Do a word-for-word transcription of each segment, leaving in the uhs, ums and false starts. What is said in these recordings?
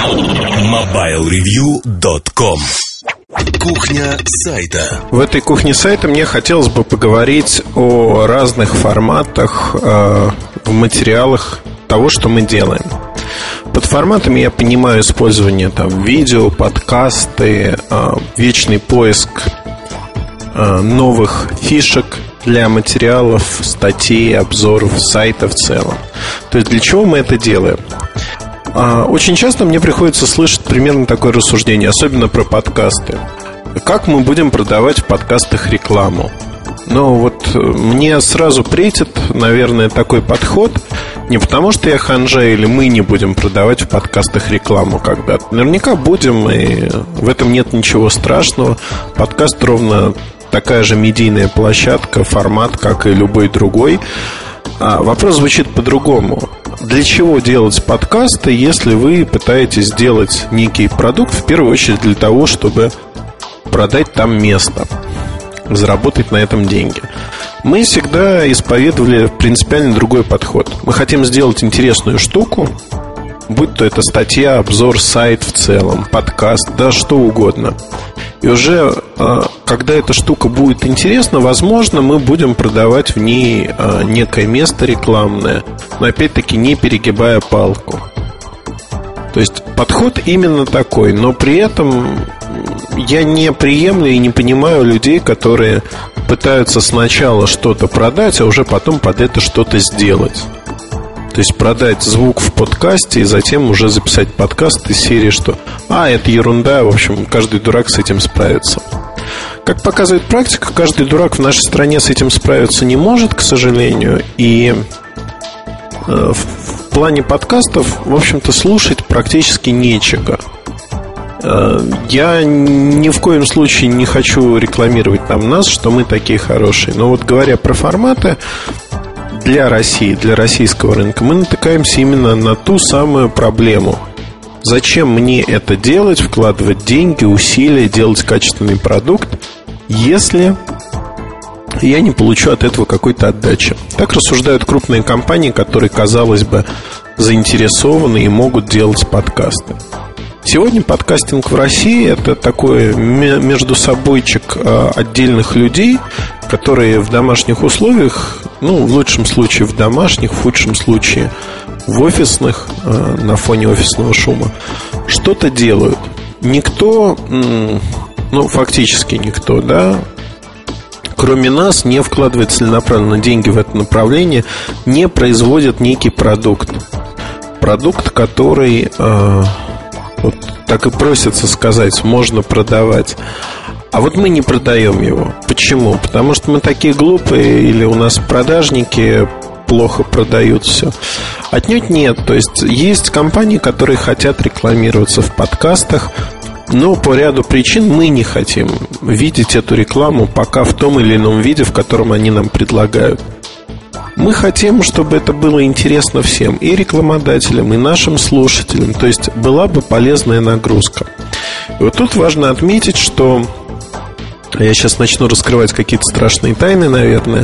мобайл ревью точка ком. Кухня сайта. В этой кухне сайта мне хотелось бы поговорить о разных форматах э, в материалах того, что мы делаем. Под форматами я понимаю использование там видео, подкасты, э, вечный поиск э, новых фишек для материалов, статей, обзоров, сайта в целом. То есть для чего мы это делаем? Очень часто мне приходится слышать примерно такое рассуждение, особенно про подкасты. Как мы будем продавать в подкастах рекламу? Ну вот мне сразу претит, наверное, такой подход. Не потому что я ханжа или мы не будем продавать в подкастах рекламу когда-то. Наверняка будем, и в этом нет ничего страшного. Подкаст ровно такая же медийная площадка, формат, как и любой другой. А вопрос звучит по-другому. Для чего делать подкасты, если вы пытаетесь сделать некий продукт, в первую очередь для того, чтобы продать там место, заработать на этом деньги? Мы всегда исповедовали принципиально другой подход. Мы хотим сделать интересную штуку, будь то это статья, обзор, сайт в целом, подкаст, да что угодно. И уже когда эта штука будет интересна, возможно, мы будем продавать в ней некое место рекламное, но опять-таки не перегибая палку. То есть подход именно такой, но при этом я не приемлю и не понимаю людей, которые пытаются сначала что-то продать, а уже потом под это что-то сделать. То есть продать звук в подкасте и затем уже записать подкаст из серии, что «А, это ерунда, в общем, каждый дурак с этим справится». Как показывает практика, каждый дурак в нашей стране с этим справиться не может, к сожалению. И э, в плане подкастов, в общем-то, слушать практически нечего. э, Я ни в коем случае не хочу рекламировать там нас, что мы такие хорошие. Но вот говоря про форматы, для России, для российского рынка, мы натыкаемся именно на ту самую проблему. Зачем мне это делать, вкладывать деньги, усилия, делать качественный продукт, если я не получу от этого какой-то отдачи? Так рассуждают крупные компании, которые, казалось бы, заинтересованы и могут делать подкасты. Сегодня подкастинг в России – это такой междусобойчик отдельных людей, которые в домашних условиях, ну, в лучшем случае в домашних, в худшем случае в офисных, на фоне офисного шума, что-то делают. Никто, ну, фактически никто, да, кроме нас, не вкладывает целенаправленно деньги в это направление, не производит некий продукт. Продукт, который, э, вот так и просится сказать, можно продавать. А вот мы не продаем его. Почему? Потому что мы такие глупые, или у нас продажники плохо продают все. Отнюдь нет. То есть есть компании, которые хотят рекламироваться в подкастах, но по ряду причин мы не хотим видеть эту рекламу пока в том или ином виде, в котором они нам предлагают. Мы хотим, чтобы это было интересно всем, и рекламодателям, и нашим слушателям. То есть была бы полезная нагрузка. И вот тут важно отметить, что я сейчас начну раскрывать какие-то страшные тайны, наверное.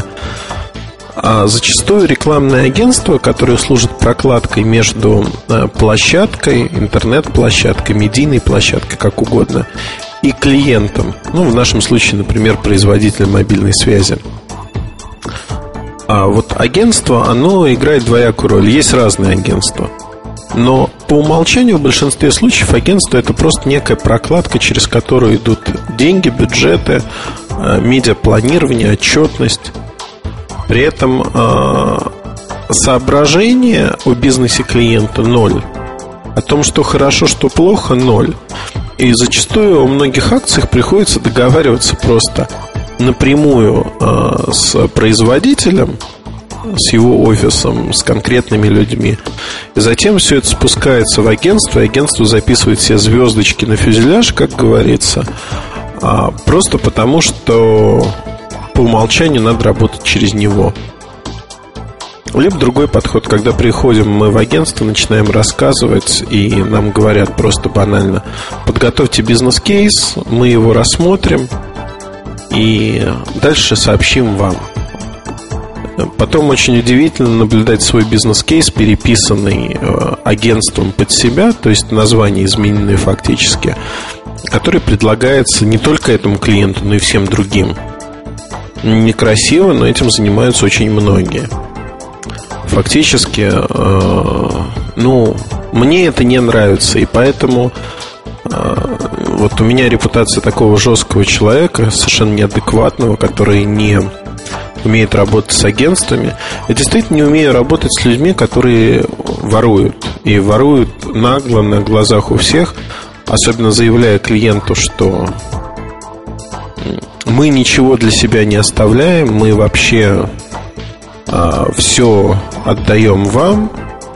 А зачастую рекламное агентство, которое служит прокладкой между площадкой, интернет-площадкой, медийной площадкой, как угодно, и клиентом, ну, в нашем случае, например, производителем мобильной связи. А вот агентство, оно играет двоякую роль. Есть разные агентства, но по умолчанию в большинстве случаев агентство — это просто некая прокладка, через которую идут деньги, бюджеты, медиапланирование, отчетность. При этом э, соображение о бизнесе клиента ноль. О том, что хорошо, что плохо, ноль. И зачастую у многих акциях приходится договариваться просто напрямую э, с производителем, с его офисом, с конкретными людьми. И затем все это спускается в агентство, и агентство записывает все звездочки на фюзеляж, как говорится, э, просто потому, что по умолчанию надо работать через него. Либо другой подход, когда приходим мы в агентство, начинаем рассказывать, и нам говорят просто банально: подготовьте бизнес-кейс, мы его рассмотрим и дальше сообщим вам. Потом очень удивительно наблюдать свой бизнес-кейс, переписанный агентством под себя, то есть название измененное фактически, который предлагается не только этому клиенту, но и всем другим. Некрасиво, но этим занимаются очень многие. Фактически, ну, мне это не нравится, и поэтому вот у меня репутация такого жесткого человека, совершенно неадекватного, который не умеет работать с агентствами. Я действительно не умею работать с людьми, которые воруют. И воруют нагло, на глазах у всех, особенно заявляя клиенту, что мы ничего для себя не оставляем, мы вообще а, все отдаем вам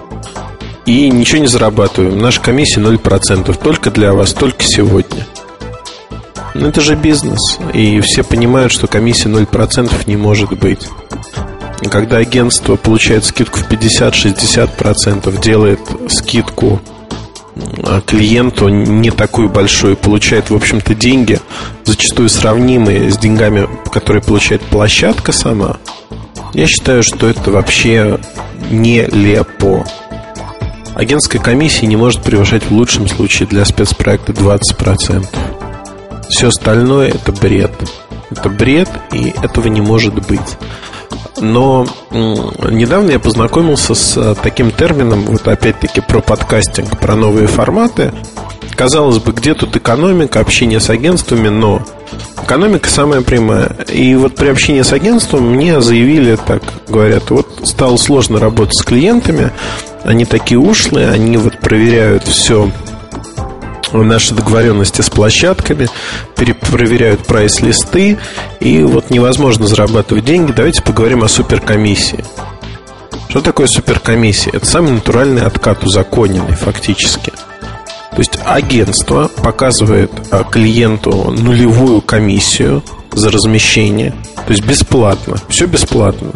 и ничего не зарабатываем. Наша комиссия ноль процентов, только для вас, только сегодня. Но это же бизнес, и все понимают, что комиссия ноль процентов не может быть. И когда агентство получает скидку в пятьдесят-шестьдесят процентов, делает скидку клиенту не такую большую, получает, в общем-то, деньги, зачастую сравнимые с деньгами, которые получает площадка сама, я считаю, что это вообще нелепо. Агентская комиссия не может превышать в лучшем случае для спецпроекта двадцать процентов. Все остальное – это бред. Это бред, и этого не может быть. Но недавно я познакомился с таким термином, вот опять-таки про подкастинг, про новые форматы. Казалось бы, где тут экономика, общение с агентствами, но экономика самая прямая. И вот при общении с агентством мне заявили, так говорят, вот стало сложно работать с клиентами, они такие ушлые, они вот проверяют все, наши договоренности с площадками, перепроверяют прайс-листы, и вот невозможно зарабатывать деньги. Давайте поговорим о суперкомиссии. Что такое суперкомиссия? Это самый натуральный откат, узаконенный фактически. То есть агентство показывает клиенту нулевую комиссию за размещение, то есть бесплатно, все бесплатно,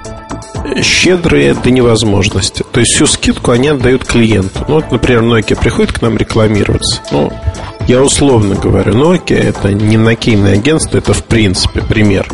щедрые до невозможности. То есть всю скидку они отдают клиенту. Ну вот, например, Nokia приходит к нам рекламироваться. Ну, я условно говорю, Nokia — это не нокийное агентство, это в принципе пример.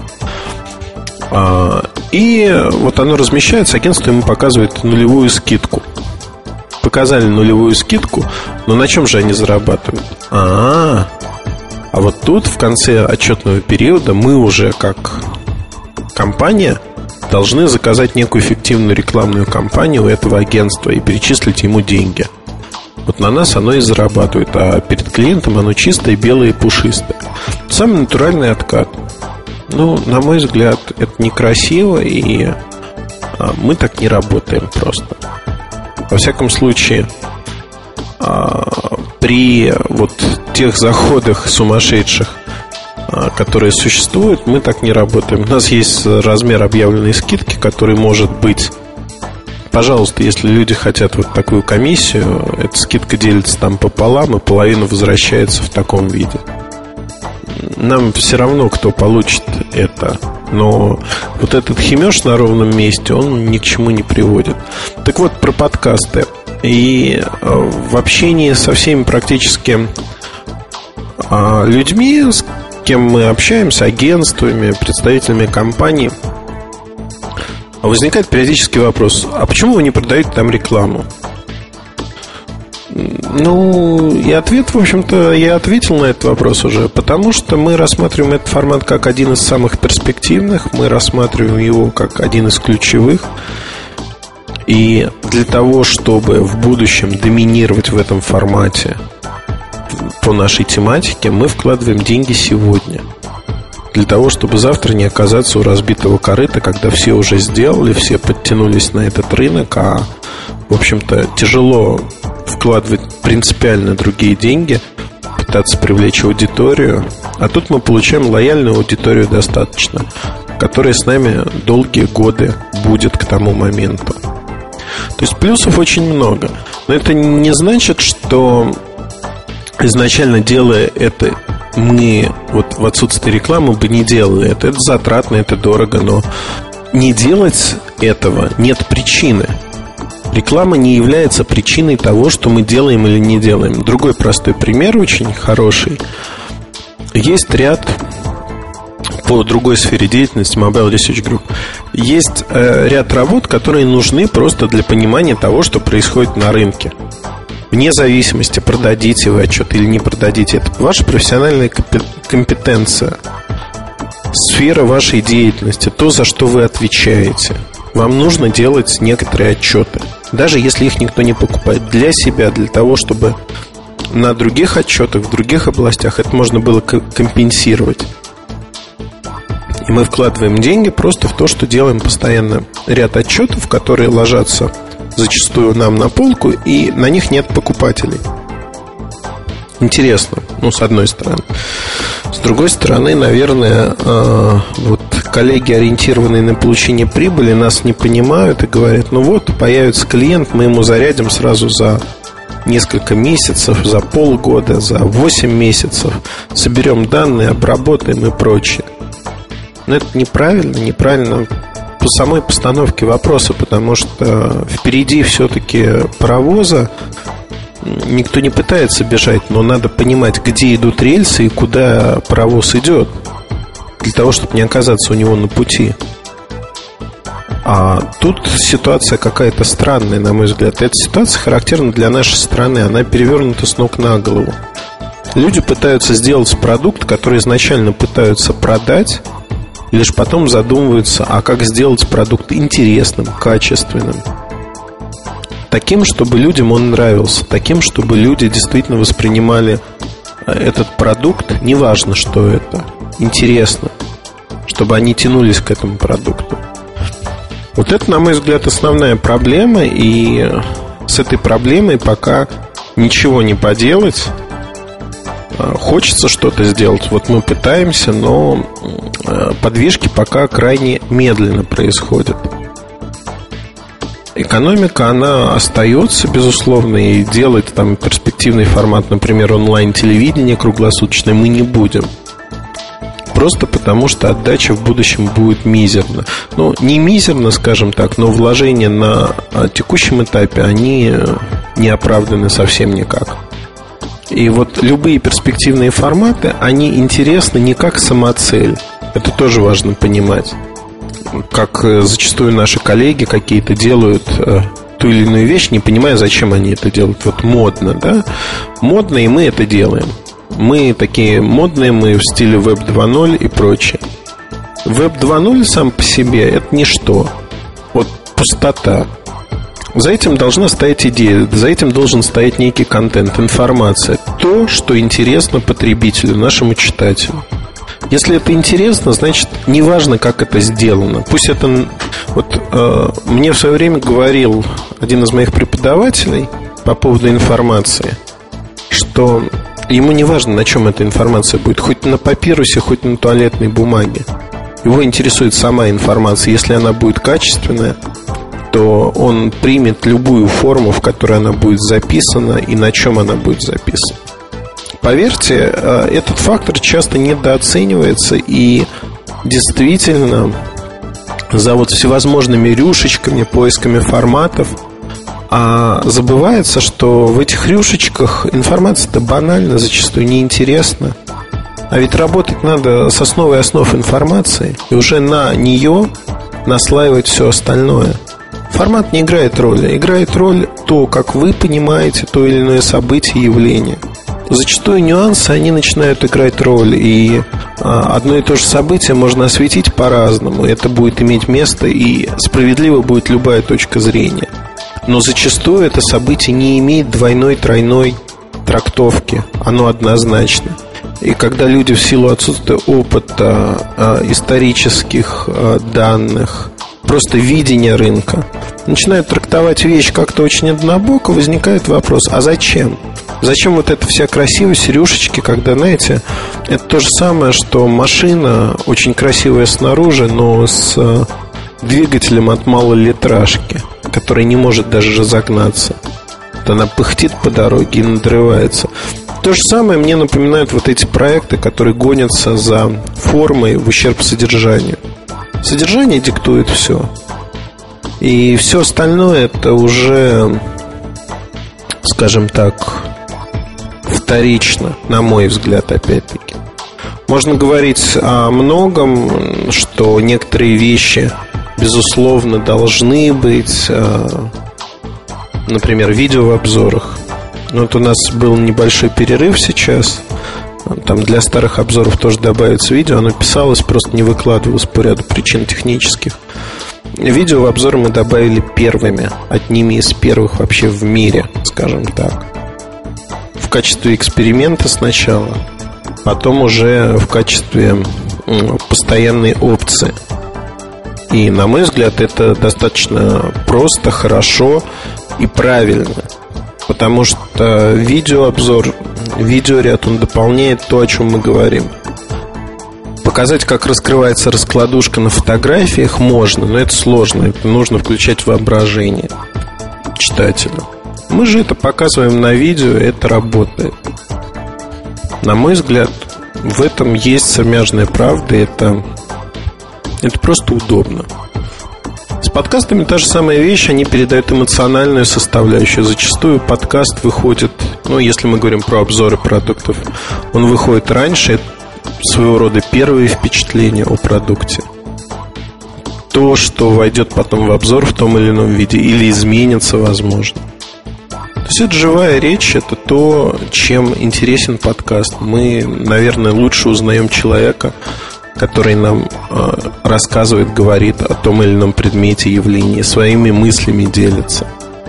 а, И вот оно размещается, агентство ему показывает нулевую скидку. Показали нулевую скидку, но на чем же они зарабатывают? А, а вот тут в конце отчетного периода мы уже как компания должны заказать некую эффективную рекламную кампанию у этого агентства и перечислить ему деньги. Вот на нас оно и зарабатывает, а перед клиентом оно чистое, белое и пушистое. Самый натуральный откат. Ну, на мой взгляд, это некрасиво, и мы так не работаем просто. Во всяком случае, при вот тех заходах сумасшедших, которые существуют, мы так не работаем. У нас есть размер объявленной скидки, который может быть. Пожалуйста, если люди хотят вот такую комиссию, эта скидка делится там пополам, и половина возвращается в таком виде. Нам все равно, кто получит это. Но вот этот химёж на ровном месте, он ни к чему не приводит. Так вот, про подкасты. И в общении со всеми практически людьми, с кем мы общаемся, агентствами, представителями компаний, возникает периодический вопрос: а почему вы не продаете там рекламу? Ну, и ответ, в общем-то, я ответил на этот вопрос уже. Потому что мы рассматриваем этот формат как один из самых перспективных, мы рассматриваем его как один из ключевых. И для того, чтобы в будущем доминировать в этом формате по нашей тематике, мы вкладываем деньги сегодня. Для того, чтобы завтра не оказаться у разбитого корыта, когда все уже сделали, все подтянулись на этот рынок, а, в общем-то, тяжело вкладывать принципиально другие деньги, пытаться привлечь аудиторию. А тут мы получаем лояльную аудиторию достаточно, которая с нами долгие годы будет к тому моменту. То есть плюсов очень много. Но это не значит, что изначально, делая это, мы вот в отсутствии рекламы бы не делали это. Это затратно, это дорого, но не делать этого нет причины. Реклама не является причиной того, что мы делаем или не делаем. Другой простой пример, очень хороший. Есть ряд по другой сфере деятельности Mobile Research Group. есть э, ряд работ, которые нужны просто для понимания того, что происходит на рынке. Вне зависимости, продадите вы отчет или не продадите. Это ваша профессиональная компетенция, сфера вашей деятельности, то, за что вы отвечаете. Вам нужно делать некоторые отчеты, даже если их никто не покупает, для себя, для того, чтобы на других отчетах, в других областях это можно было компенсировать. И мы вкладываем деньги просто в то, что делаем постоянно ряд отчетов, которые ложатся зачастую нам на полку, и на них нет покупателей. Интересно, ну, с одной стороны. С другой стороны, наверное, э, вот коллеги, ориентированные на получение прибыли, нас не понимают и говорят: ну вот, появится клиент, мы ему зарядим сразу за несколько месяцев, за полгода, за восемь месяцев, соберем данные, обработаем и прочее. Но это неправильно, неправильно по самой постановке вопроса, потому что впереди все-таки паровоза. Никто не пытается бежать, но надо понимать, где идут рельсы и куда паровоз идет, для того, чтобы не оказаться у него на пути. А тут ситуация какая-то странная, на мой взгляд. Эта ситуация характерна для нашей страны. Она перевернута с ног на голову. Люди пытаются сделать продукт, который изначально пытаются продать, и лишь потом задумываются, а как сделать продукт интересным, качественным, таким, чтобы людям он нравился, таким, чтобы люди действительно воспринимали этот продукт, неважно, что это, интересно, чтобы они тянулись к этому продукту. Вот это, на мой взгляд, основная проблема. И с этой проблемой пока ничего не поделать. Хочется что-то сделать. Вот мы пытаемся, но подвижки пока крайне медленно происходят. Экономика, она остается, безусловно, и делать там перспективный формат, например, онлайн-телевидения круглосуточное, мы не будем. Просто потому, что отдача в будущем будет мизерна. Ну, не мизерно, скажем так, но вложения на текущем этапе, они не оправданы совсем никак. И вот любые перспективные форматы, они интересны не как самоцель. Это тоже важно понимать. Как зачастую наши коллеги какие-то делают э, ту или иную вещь, не понимая, зачем они это делают. Вот модно, да? Модно, и мы это делаем. Мы такие модные, мы в стиле веб два ноль и прочее. веб два ноль сам по себе — это ничто. Вот пустота. За этим должна стоять идея, за этим должен стоять некий контент, информация. То, что интересно потребителю, нашему читателю. Если это интересно, значит, неважно, как это сделано. Пусть это... Вот э, мне в свое время говорил один из моих преподавателей по поводу информации, что ему не важно, на чем эта информация будет, хоть на папирусе, хоть на туалетной бумаге. Его интересует сама информация. Если она будет качественная, то он примет любую форму, в которой она будет записана и на чем она будет записана. Поверьте, этот фактор часто недооценивается, и действительно за вот всевозможными рюшечками, поисками форматов а забывается, что в этих рюшечках информация-то банальна, зачастую неинтересна. А ведь работать надо с основой основ информации и уже на нее наслаивать все остальное. Формат не играет роли. Играет роль то, как вы понимаете то или иное событие, явление. Зачастую нюансы, они начинают играть роль, и а, одно и то же событие можно осветить по-разному. Это будет иметь место, и справедлива будет любая точка зрения. Но зачастую это событие не имеет двойной, тройной трактовки. Оно однозначно. И когда люди в силу отсутствия опыта, а, исторических а, данных, просто видения рынка, начинают трактовать вещь как-то очень однобоко, возникает вопрос: а зачем? Зачем вот эта вся красивость, рюшечки, когда, знаете, это то же самое, что машина очень красивая снаружи, но с двигателем от малолитражки, который не может даже разогнаться. Вот она пыхтит по дороге и надрывается. То же самое мне напоминают вот эти проекты, которые гонятся за формой в ущерб содержанию. Содержание диктует все. И все остальное — это уже, скажем так, вторично, на мой взгляд, опять-таки. Можно говорить о многом, что некоторые вещи безусловно, должны быть, например, видео в обзорах. Вот у нас был небольшой перерыв сейчас. Там для старых обзоров тоже добавится видео. Оно писалось, просто не выкладывалось по ряду причин технических. Видео в обзоры мы добавили первыми, одними из первых вообще в мире, скажем так. В качестве эксперимента сначала, потом уже в качестве постоянной опции. И, на мой взгляд, это достаточно просто, хорошо и правильно. Потому что видеообзор, видеоряд, он дополняет то, о чем мы говорим. Показать, как раскрывается раскладушка на фотографиях, можно, но это сложно. Это нужно включать воображение читателя. Мы же это показываем на видео, и это работает. На мой взгляд, в этом есть сермяжная правда. Это, это просто удобно. С подкастами та же самая вещь. Они передают эмоциональную составляющую. Зачастую подкаст выходит, ну, если мы говорим про обзоры продуктов, он выходит раньше. Это своего рода первые впечатления о продукте. То, что войдет потом в обзор в том или ином виде, или изменится, возможно. То есть это живая речь. Это то, чем интересен подкаст. Мы, наверное, лучше узнаем человека, который нам э, рассказывает, говорит о том или ином предмете, явлении, своими мыслями делится.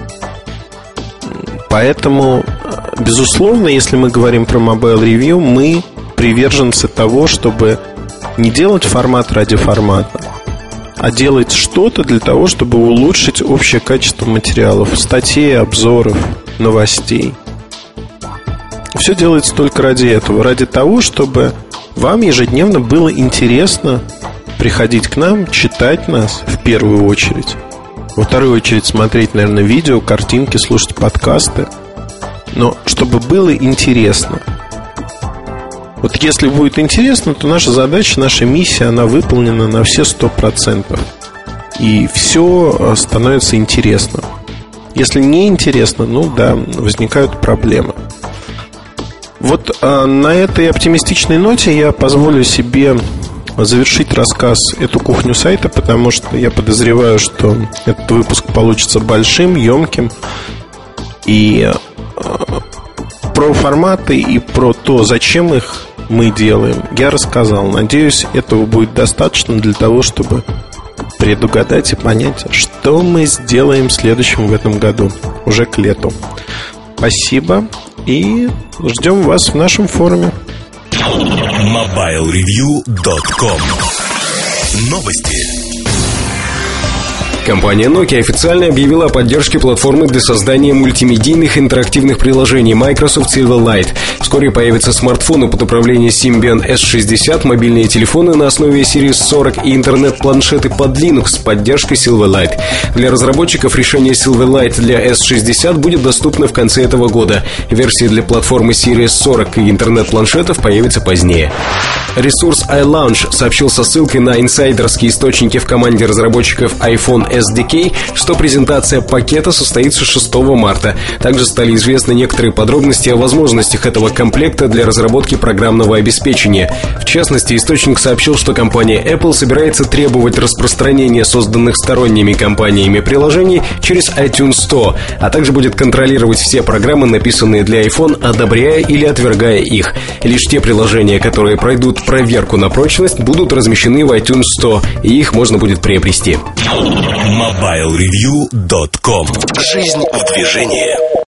Поэтому, безусловно, если мы говорим про Mobile Review, мы приверженцы того, чтобы не делать формат ради формата, а делать что-то для того, чтобы улучшить общее качество материалов, статей, обзоров, новостей. Все делается только ради этого, ради того, чтобы вам ежедневно было интересно приходить к нам, читать нас в первую очередь. Во вторую очередь смотреть, наверное, видео, картинки, слушать подкасты. Но чтобы было интересно. Вот если будет интересно, то наша задача, наша миссия, она выполнена на все сто процентов. И все становится интересно. Если не интересно, ну да, возникают проблемы. Вот а, на этой оптимистичной ноте я позволю себе завершить рассказ «Эту кухню сайта», потому что я подозреваю, что этот выпуск получится большим, емким. И а, про форматы и про то, зачем их мы делаем, я рассказал. Надеюсь, этого будет достаточно для того, чтобы предугадать и понять, что мы сделаем следующим в этом году, уже к лету. Спасибо. И ждем вас в нашем форуме. мобайл ревью точка ком. Новости. Компания Nokia официально объявила о поддержке платформы для создания мультимедийных интерактивных приложений Microsoft Silverlight. Вскоре появятся смартфоны под управлением Symbian эс шестьдесят, мобильные телефоны на основе Series сорок и интернет-планшеты под Linux с поддержкой Silverlight. Для разработчиков решение Silverlight для эс шестьдесят будет доступно в конце этого года. Версии для платформы Series сорок и интернет-планшетов появятся позднее. Ресурс iLaunch сообщил со ссылкой на инсайдерские источники в команде разработчиков iPhone эс ди кей, что презентация пакета состоится шестого марта. Также стали известны некоторые подробности о возможностях этого комплекта для разработки программного обеспечения. В частности, источник сообщил, что компания Apple собирается требовать распространения созданных сторонними компаниями приложений через iTunes Store, а также будет контролировать все программы, написанные для iPhone, одобряя или отвергая их. Лишь те приложения, которые пройдут проверку на прочность, будут размещены в iTunes Store, и их можно будет приобрести. мобайл ревью точка ком. Жизнь в движении.